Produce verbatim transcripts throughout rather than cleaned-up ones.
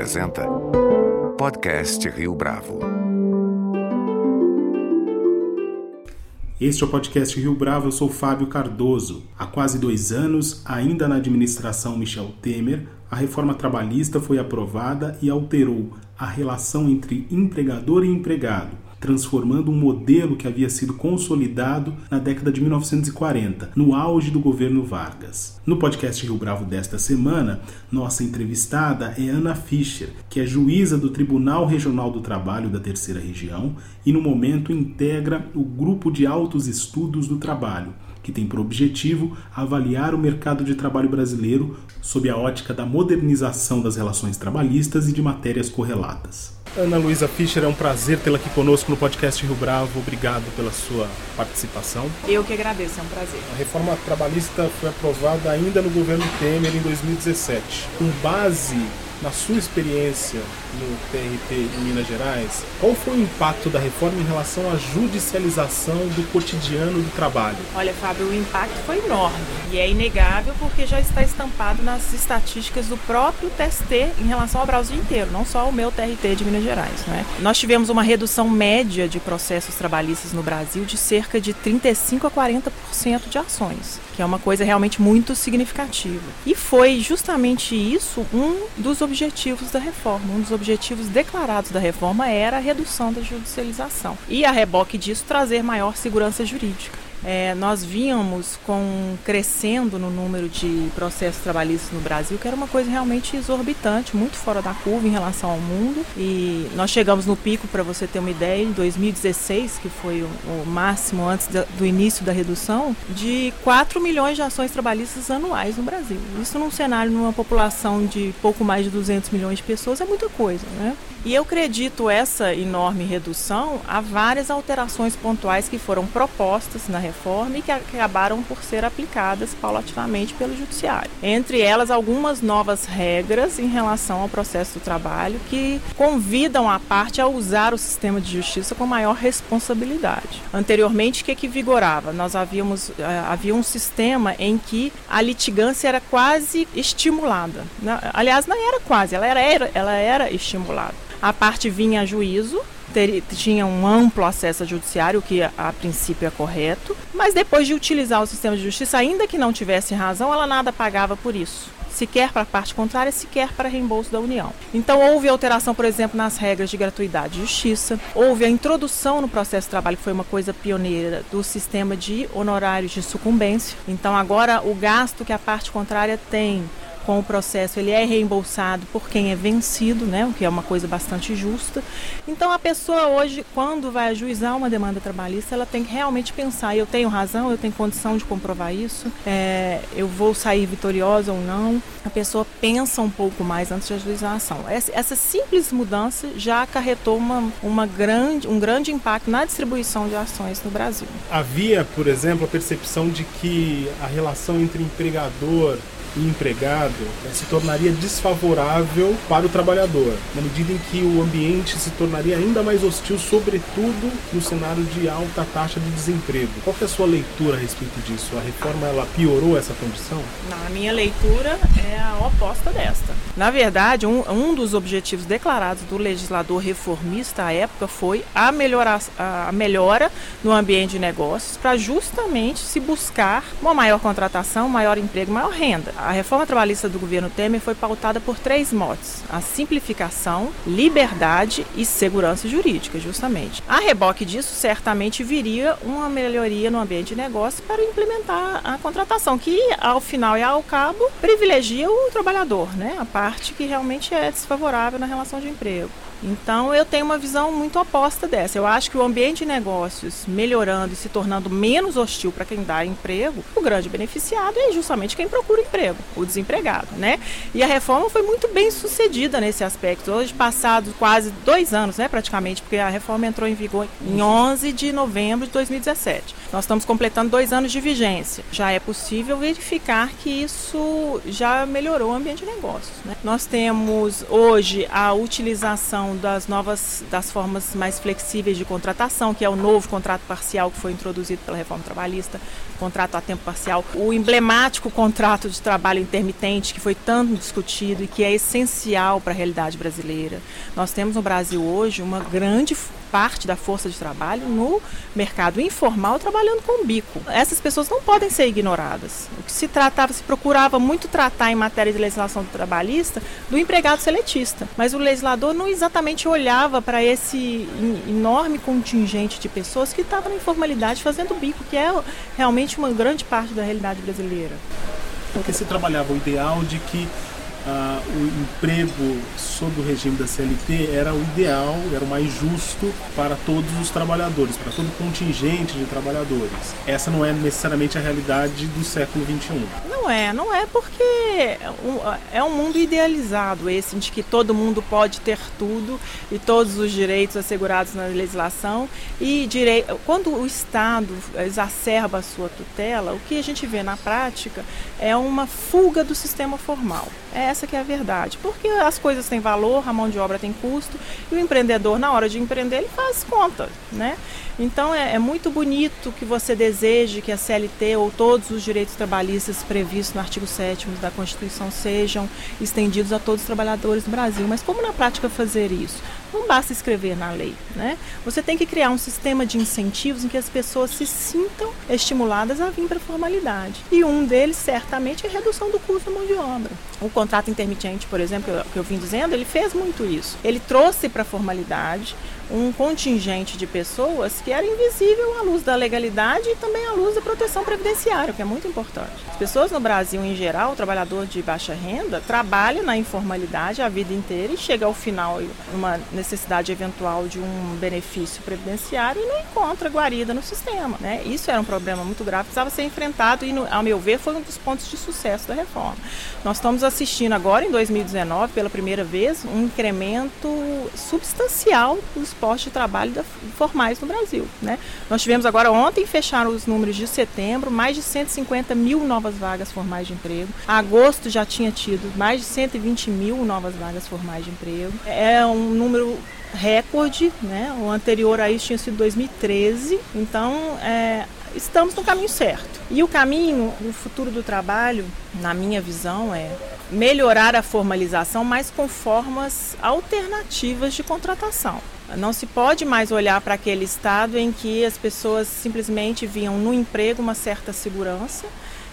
apresenta Podcast Rio Bravo. Este é o Podcast Rio Bravo, eu sou Fábio Cardoso. Há quase dois anos, ainda na administração Michel Temer, a reforma trabalhista foi aprovada e alterou a relação entre empregador e empregado, transformando um modelo que havia sido consolidado na década de mil novecentos e quarenta, no auge do governo Vargas. No podcast Rio Bravo desta semana, nossa entrevistada é Ana Fischer, que é juíza do Tribunal Regional do Trabalho da Terceira Região e, no momento, integra o Grupo de Altos Estudos do Trabalho, que tem por objetivo avaliar o mercado de trabalho brasileiro sob a ótica da modernização das relações trabalhistas e de matérias correlatas. Ana Luísa Fischer, é um prazer tê-la aqui conosco no podcast Rio Bravo. Obrigado pela sua participação. Eu que agradeço, é um prazer. A reforma trabalhista foi aprovada ainda no governo Temer em dois mil e dezessete. Com base na sua experiência no T R T em Minas Gerais, qual foi o impacto da reforma em relação à judicialização do cotidiano do trabalho? Olha, Fábio, o impacto foi enorme e é inegável porque já está estampado nas estatísticas do próprio T S T em relação ao Brasil inteiro, não só o meu T R T de Minas Gerais, né? Nós tivemos uma redução média de processos trabalhistas no Brasil de cerca de trinta e cinco a quarenta por cento de ações, que é uma coisa realmente muito significativa. E foi justamente isso um dos objetivos da reforma. Um dos objetivos declarados da reforma era a redução da judicialização. E a reboque disso, trazer maior segurança jurídica. É, nós vínhamos com, crescendo no número de processos trabalhistas no Brasil, que era uma coisa realmente exorbitante, muito fora da curva em relação ao mundo. E nós chegamos no pico, para você ter uma ideia, em dois mil e dezesseis, que foi o, o máximo antes da, do início da redução, de quatro milhões de ações trabalhistas anuais no Brasil. Isso num cenário, numa população de pouco mais de duzentos milhões de pessoas, é muita coisa, né? E eu acredito essa enorme redução a várias alterações pontuais que foram propostas na reforma e que acabaram por ser aplicadas paulatinamente pelo Judiciário. Entre elas, algumas novas regras em relação ao processo do trabalho que convidam a parte a usar o sistema de justiça com maior responsabilidade. Anteriormente, o que, que vigorava? Nós havíamos, havia um sistema em que a litigância era quase estimulada. Aliás, não era quase, ela era, ela era estimulada. A parte vinha a juízo, ter, tinha um amplo acesso ao judiciário, o que a, a princípio é correto, mas depois de utilizar o sistema de justiça, ainda que não tivesse razão, ela nada pagava por isso. Sequer para a parte contrária, sequer para reembolso da União. Então houve alteração, por exemplo, nas regras de gratuidade de justiça, houve a introdução no processo de trabalho, que foi uma coisa pioneira, do sistema de honorários de sucumbência. Então agora o gasto que a parte contrária tem com o processo, ele é reembolsado por quem é vencido, né, o que é uma coisa bastante justa. Então a pessoa hoje, quando vai ajuizar uma demanda trabalhista, ela tem que realmente pensar, eu tenho razão, eu tenho condição de comprovar isso, é, eu vou sair vitoriosa ou não. A pessoa pensa um pouco mais antes de ajuizar a ação. Essa, essa simples mudança já acarretou uma, uma grande, um grande impacto na distribuição de ações no Brasil. Havia, por exemplo, a percepção de que a relação entre empregador e empregado se tornaria desfavorável para o trabalhador, na medida em que o ambiente se tornaria ainda mais hostil, sobretudo no cenário de alta taxa de desemprego. Qual que é a sua leitura a respeito disso? A reforma, ela piorou essa condição? Não, a minha leitura é a oposta desta. Na verdade, um, um dos objetivos declarados do legislador reformista à época foi a, melhora, a melhora no ambiente de negócios para justamente se buscar uma maior contratação, maior emprego, maior renda. A reforma trabalhista do governo Temer foi pautada por três motes: a simplificação, liberdade e segurança jurídica, justamente. A reboque disso, certamente viria uma melhoria no ambiente de negócio para implementar a contratação, que ao final e ao cabo privilegia o trabalhador, né? A parte que realmente é desfavorável na relação de emprego. Então eu tenho uma visão muito oposta dessa. Eu acho que o ambiente de negócios melhorando e se tornando menos hostil para quem dá emprego, o grande beneficiado é justamente quem procura emprego, o desempregado, né? E a reforma foi muito bem sucedida nesse aspecto. Hoje, passados quase dois anos, né, praticamente, porque a reforma entrou em vigor em onze de novembro de dois mil e dezessete. Nós estamos completando dois anos de vigência. Já é possível verificar que isso já melhorou o ambiente de negócios, né? Nós temos hoje a utilização das novas, das formas mais flexíveis de contratação, que é o novo contrato parcial que foi introduzido pela reforma trabalhista, contrato a tempo parcial, o emblemático contrato de trabalho intermitente, que foi tanto discutido e que é essencial para a realidade brasileira. Nós temos no Brasil hoje uma grande parte da força de trabalho no mercado informal trabalhando com bico. Essas pessoas não podem ser ignoradas. O que se tratava, se procurava muito tratar em matéria de legislação trabalhista do empregado seletista, mas o legislador não exatamente olhava para esse enorme contingente de pessoas que estavam na informalidade fazendo bico, que é realmente uma grande parte da realidade brasileira. Porque se trabalhava o ideal de que Uh, o emprego sob o regime da C L T era o ideal, era o mais justo para todos os trabalhadores, para todo o contingente de trabalhadores. Essa não é necessariamente a realidade do século vinte e um. Não é, não é porque é um mundo idealizado esse, de que todo mundo pode ter tudo e todos os direitos assegurados na legislação. E direi- quando o Estado exacerba a sua tutela, o que a gente vê na prática é uma fuga do sistema formal. É essa que é a verdade, porque as coisas têm valor, a mão de obra tem custo, e o empreendedor, na hora de empreender, ele faz conta, né? Então é, é muito bonito que você deseje que a C L T ou todos os direitos trabalhistas previstos no artigo sétimo da Constituição sejam estendidos a todos os trabalhadores do Brasil, mas como na prática fazer isso? Não basta escrever na lei, né? Você tem que criar um sistema de incentivos em que as pessoas se sintam estimuladas a vir para a formalidade. E um deles, certamente, é a redução do custo da mão de obra. O contrato intermitente, por exemplo, que eu vim dizendo, ele fez muito isso. Ele trouxe para a formalidade um contingente de pessoas que era invisível à luz da legalidade e também à luz da proteção previdenciária, que é muito importante. As pessoas no Brasil, em geral, o trabalhador de baixa renda, trabalha na informalidade a vida inteira e chega ao final, uma necessidade eventual de um benefício previdenciário e não encontra guarida no sistema, né? Isso era um problema muito grave, precisava ser enfrentado e, ao meu ver, foi um dos pontos de sucesso da reforma. Nós estamos assistindo agora, em dois mil e dezenove, pela primeira vez, um incremento substancial dos postos de trabalho da, formais no Brasil, né? Nós tivemos agora, ontem, fecharam os números de setembro, mais de cento e cinquenta mil novas vagas formais de emprego. Agosto já tinha tido mais de cento e vinte mil novas vagas formais de emprego. É um número recorde, né? O anterior a isso tinha sido dois mil e treze, então é, estamos no caminho certo. E o caminho, o futuro do trabalho, na minha visão, é melhorar a formalização, mas com formas alternativas de contratação. Não se pode mais olhar para aquele estado em que as pessoas simplesmente viam no emprego uma certa segurança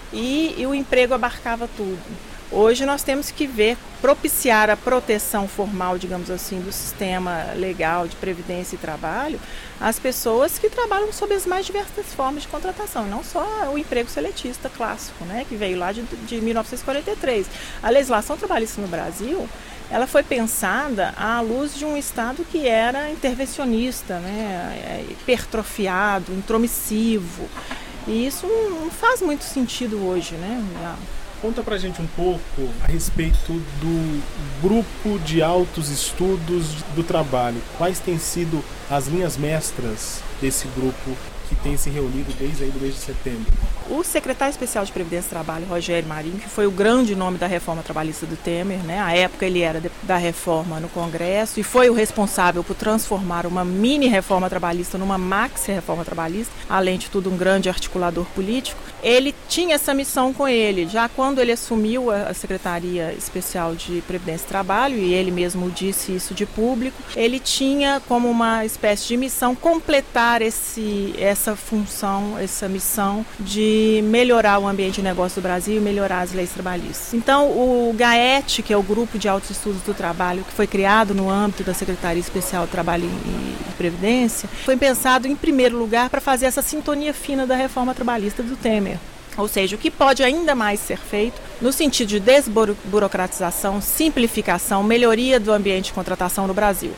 e, e o emprego abarcava tudo. Hoje nós temos que ver, propiciar a proteção formal, digamos assim, do sistema legal de previdência e trabalho às pessoas que trabalham sob as mais diversas formas de contratação, não só o emprego seletista clássico, né, que veio lá de, de mil novecentos e quarenta e três. A legislação trabalhista no Brasil, ela foi pensada à luz de um Estado que era intervencionista, né, hipertrofiado, intromissivo, e isso não faz muito sentido hoje, né? Conta pra gente um pouco a respeito do grupo de altos estudos do trabalho. Quais têm sido as linhas mestras desse grupo que tem se reunido desde aí do mês de setembro? O secretário especial de Previdência e Trabalho, Rogério Marinho, que foi o grande nome da reforma trabalhista do Temer, né? À época ele era de, da reforma no Congresso e foi o responsável por transformar uma mini reforma trabalhista numa maxi reforma trabalhista, além de tudo um grande articulador político. Ele tinha essa missão com ele, já quando ele assumiu a Secretaria Especial de Previdência e Trabalho, e ele mesmo disse isso de público, ele tinha como uma espécie de missão completar esse, essa função, essa missão de melhorar o ambiente de negócio do Brasil e melhorar as leis trabalhistas. Então, o GAET, que é o Grupo de Altos Estudos do Trabalho, que foi criado no âmbito da Secretaria Especial de Trabalho e Previdência, foi pensado, em primeiro lugar, para fazer essa sintonia fina da reforma trabalhista do Temer. Ou seja, o que pode ainda mais ser feito no sentido de desburocratização, simplificação, melhoria do ambiente de contratação no Brasil. A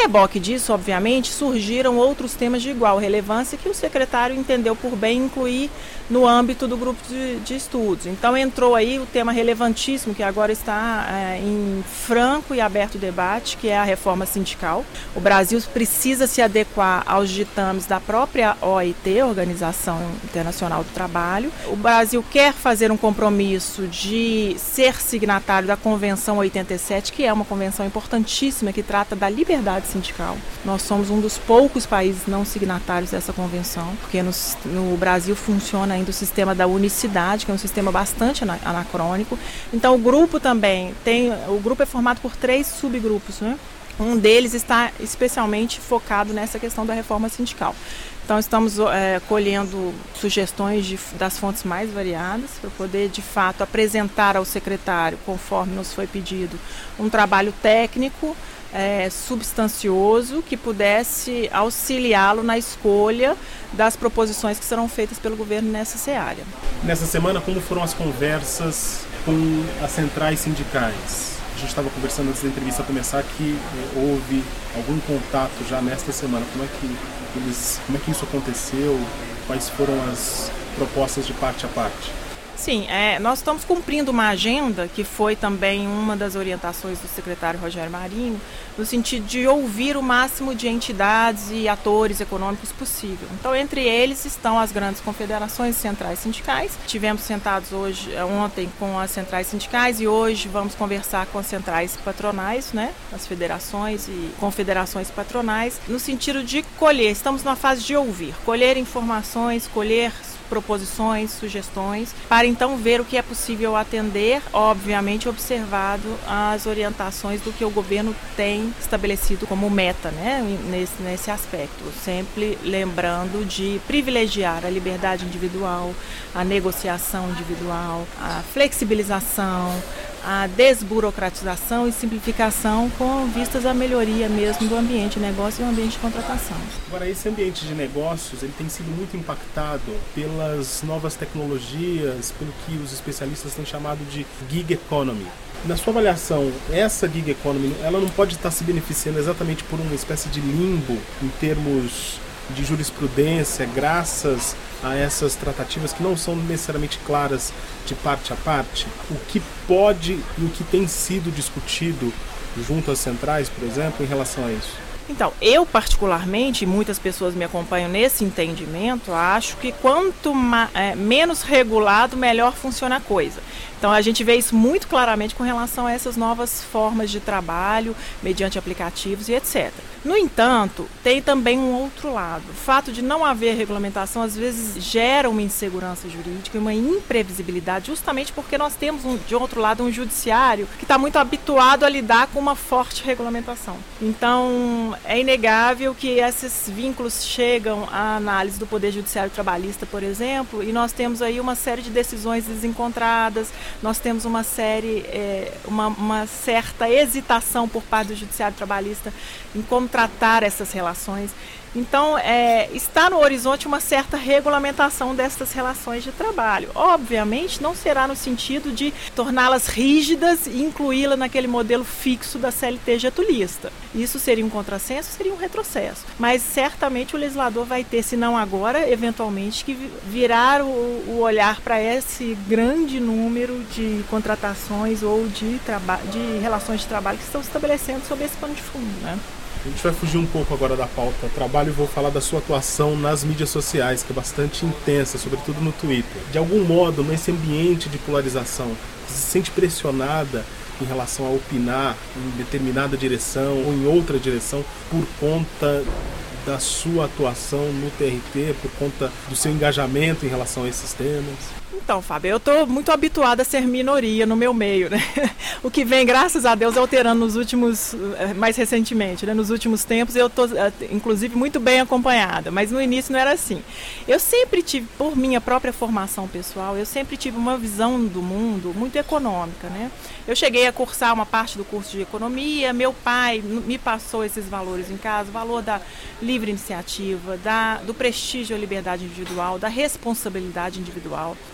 reboque disso, obviamente, surgiram outros temas de igual relevância que o secretário entendeu por bem incluir no âmbito do grupo de, de estudos. Então entrou aí o tema relevantíssimo que agora está é, em franco e aberto debate, que é a reforma sindical. O Brasil precisa se adequar aos ditames da própria O I T, Organização Internacional do Trabalho. O Brasil quer fazer um compromisso de ser signatário da Convenção oitenta e sete, que é uma convenção importantíssima que trata da liberdade sindical. Nós somos um dos poucos países não signatários dessa convenção, porque no, no Brasil funciona ainda o sistema da unicidade, que é um sistema bastante anacrônico. Então o grupo também tem, o grupo é formado por três subgrupos, né? Um deles está especialmente focado nessa questão da reforma sindical. Então estamos é, colhendo sugestões de, das fontes mais variadas para poder, de fato, apresentar ao secretário, conforme nos foi pedido, um trabalho técnico é, substancioso que pudesse auxiliá-lo na escolha das proposições que serão feitas pelo governo nessa seara. Nessa semana, como foram as conversas com as centrais sindicais? A gente estava conversando antes da entrevista começar que eh, houve algum contato já nesta semana. Como é que eles, como é que isso aconteceu? Quais foram as propostas de parte a parte? Sim, é, nós estamos cumprindo uma agenda que foi também uma das orientações do secretário Rogério Marinho, no sentido de ouvir o máximo de entidades e atores econômicos possível. Então, entre eles estão as grandes confederações centrais sindicais. Tivemos sentados hoje, ontem com as centrais sindicais e hoje vamos conversar com as centrais patronais, né, as federações e confederações patronais, no sentido de colher, estamos numa fase de ouvir, colher informações, colher proposições, sugestões, para então ver o que é possível atender, obviamente observado as orientações do que o governo tem estabelecido como meta, né, nesse, nesse aspecto, sempre lembrando de privilegiar a liberdade individual, a negociação individual, a flexibilização, a desburocratização e simplificação com vistas à melhoria mesmo do ambiente de negócio e do ambiente de contratação. Agora, esse ambiente de negócios ele tem sido muito impactado pelas novas tecnologias, pelo que os especialistas têm chamado de gig economy. Na sua avaliação, essa gig economy ela não pode estar se beneficiando exatamente por uma espécie de limbo em termos de jurisprudência, graças a essas tratativas que não são necessariamente claras de parte a parte? O que pode e o que tem sido discutido junto às centrais, por exemplo, em relação a isso? Então, eu particularmente, e muitas pessoas me acompanham nesse entendimento, acho que quanto ma- é, menos regulado, melhor funciona a coisa. Então, a gente vê isso muito claramente com relação a essas novas formas de trabalho, mediante aplicativos e etcétera. No entanto, tem também um outro lado. O fato de não haver regulamentação, às vezes, gera uma insegurança jurídica e uma imprevisibilidade, justamente porque nós temos, um, de outro lado, um judiciário que está muito habituado a lidar com uma forte regulamentação. Então, é inegável que esses vínculos chegam à análise do Poder Judiciário Trabalhista, por exemplo, e nós temos aí uma série de decisões desencontradas, nós temos uma série, é, uma, uma certa hesitação por parte do Judiciário Trabalhista em como tratar essas relações. Então, é, está no horizonte uma certa regulamentação dessas relações de trabalho. Obviamente, não será no sentido de torná-las rígidas e incluí-las naquele modelo fixo da C L T getulista. Isso seria um contrassenso, seria um retrocesso. Mas, certamente, o legislador vai ter, se não agora, eventualmente, que virar o, o olhar para esse grande número de contratações ou de, traba- de relações de trabalho que estão se estabelecendo sob esse pano de fundo, né? A gente vai fugir um pouco agora da pauta trabalho e vou falar da sua atuação nas mídias sociais, que é bastante intensa, sobretudo no Twitter. De algum modo, nesse ambiente de polarização, você se sente pressionada em relação a opinar em determinada direção ou em outra direção por conta da sua atuação no T R T, por conta do seu engajamento em relação a esses temas? Então, Fábio, eu estou muito habituada a ser minoria no meu meio, né? O que vem, graças a Deus, alterando nos últimos, mais recentemente, né? Nos últimos tempos, eu estou, inclusive, muito bem acompanhada, mas no início não era assim. Eu sempre tive, por minha própria formação pessoal, eu sempre tive uma visão do mundo muito econômica, né? Eu cheguei a cursar uma parte do curso de economia, meu pai me passou esses valores em casa, o valor da livre iniciativa, da, do prestígio à liberdade individual, da responsabilidade individual. Então,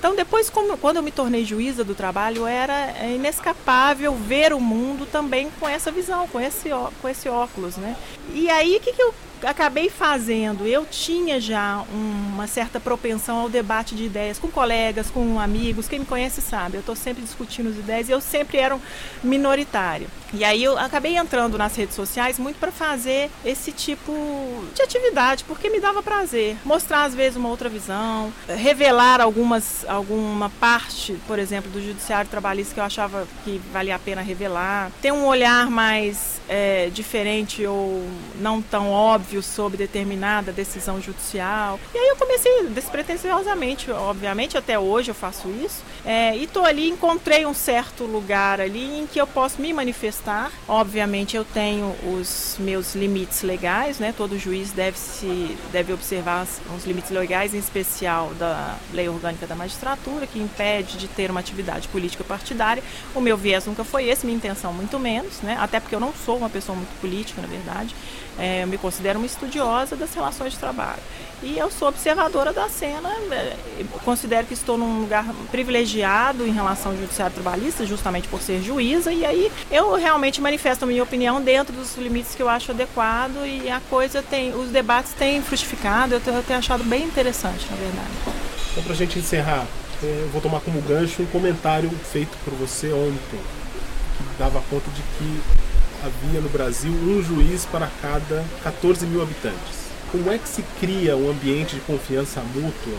Então, depois, como, quando eu me tornei juíza do trabalho, era inescapável ver o mundo também com essa visão, com esse, com esse óculos, né? E aí, o que, que eu acabei fazendo? Eu tinha já uma certa propensão ao debate de ideias com colegas, com amigos. Quem me conhece sabe, eu estou sempre discutindo as ideias e eu sempre era um minoritário. E aí eu acabei entrando nas redes sociais muito para fazer esse tipo de atividade, porque me dava prazer. Mostrar às vezes uma outra visão, revelar algumas, alguma parte, por exemplo, do judiciário trabalhista que eu achava que valia a pena revelar. Ter um olhar mais é, diferente ou não tão óbvio sobre determinada decisão judicial. E aí eu comecei despretensiosamente, obviamente, até hoje eu faço isso. É, e estou ali, encontrei um certo lugar ali em que eu posso me manifestar. Obviamente eu tenho os meus limites legais, né? Todo juiz deve, se, deve observar os limites legais, em especial da Lei Orgânica da Magistratura, que impede de ter uma atividade política partidária. O meu viés nunca foi esse, minha intenção muito menos, né? Até porque eu não sou uma pessoa muito política, na verdade. É, eu me considero uma estudiosa das relações de trabalho. E eu sou observadora da cena, considero que estou num lugar privilegiado em relação ao judiciário trabalhista, justamente por ser juíza, e aí eu realmente manifesto a minha opinião dentro dos limites que eu acho adequado, e a coisa tem, os debates têm frutificado, eu tenho, eu tenho achado bem interessante, na verdade. Então, para a gente encerrar, eu vou tomar como gancho um comentário feito por você ontem, que dava conta de que havia no Brasil um juiz para cada quatorze mil habitantes. Como é que se cria um ambiente de confiança mútua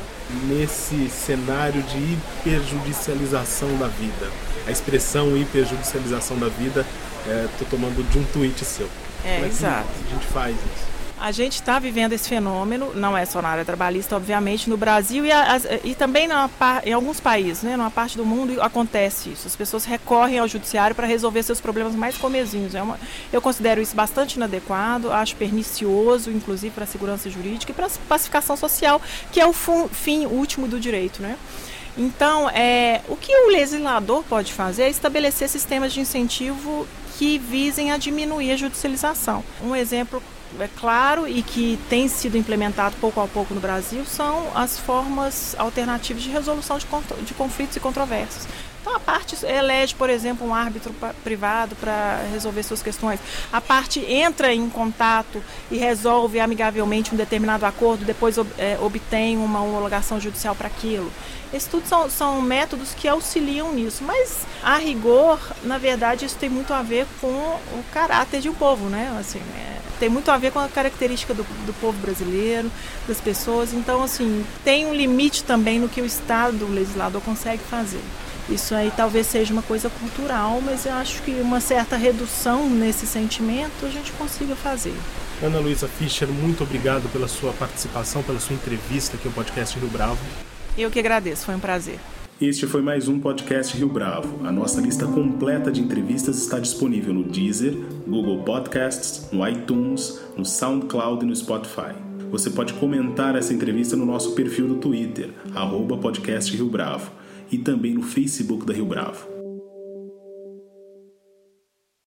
nesse cenário de hiperjudicialização da vida? A expressão hiperjudicialização da vida, estou é, tomando de um tweet seu. É, Como é exato. que a gente faz isso? A gente está vivendo esse fenômeno, não é só na área trabalhista, obviamente, no Brasil e, a, e também na, em alguns países, né, numa parte do mundo acontece isso. As pessoas recorrem ao judiciário para resolver seus problemas mais comezinhos. É uma, eu considero isso bastante inadequado, acho pernicioso, inclusive para a segurança jurídica e para a pacificação social, que é o fun, fim último do direito, né? Então, é, o que o legislador pode fazer é estabelecer sistemas de incentivo que visem a diminuir a judicialização. Um exemplo é claro e que tem sido implementado pouco a pouco no Brasil são as formas alternativas de resolução de, de conflitos e controvérsias. Então a parte elege, por exemplo, um árbitro privado para resolver suas questões. A parte entra em contato e resolve amigavelmente um determinado acordo, depois é, obtém uma homologação judicial para aquilo. Esses tudo são, são métodos que auxiliam nisso, mas a rigor, na verdade, isso tem muito a ver com o caráter de um povo, né? Assim, é, tem muito a ver com a característica do, do povo brasileiro, das pessoas. Então, assim, tem um limite também no que o Estado, o legislador, consegue fazer. Isso aí talvez seja uma coisa cultural, mas eu acho que uma certa redução nesse sentimento a gente consiga fazer. Ana Luísa Fischer, muito obrigado pela sua participação, pela sua entrevista aqui no podcast Rio Bravo. Eu que agradeço, foi um prazer. Este foi mais um podcast Rio Bravo. A nossa lista completa de entrevistas está disponível no Deezer, Google Podcasts, no iTunes, no SoundCloud e no Spotify. Você pode comentar essa entrevista no nosso perfil do Twitter, arroba podcast Rio Bravo, e também no Facebook da Rio Bravo.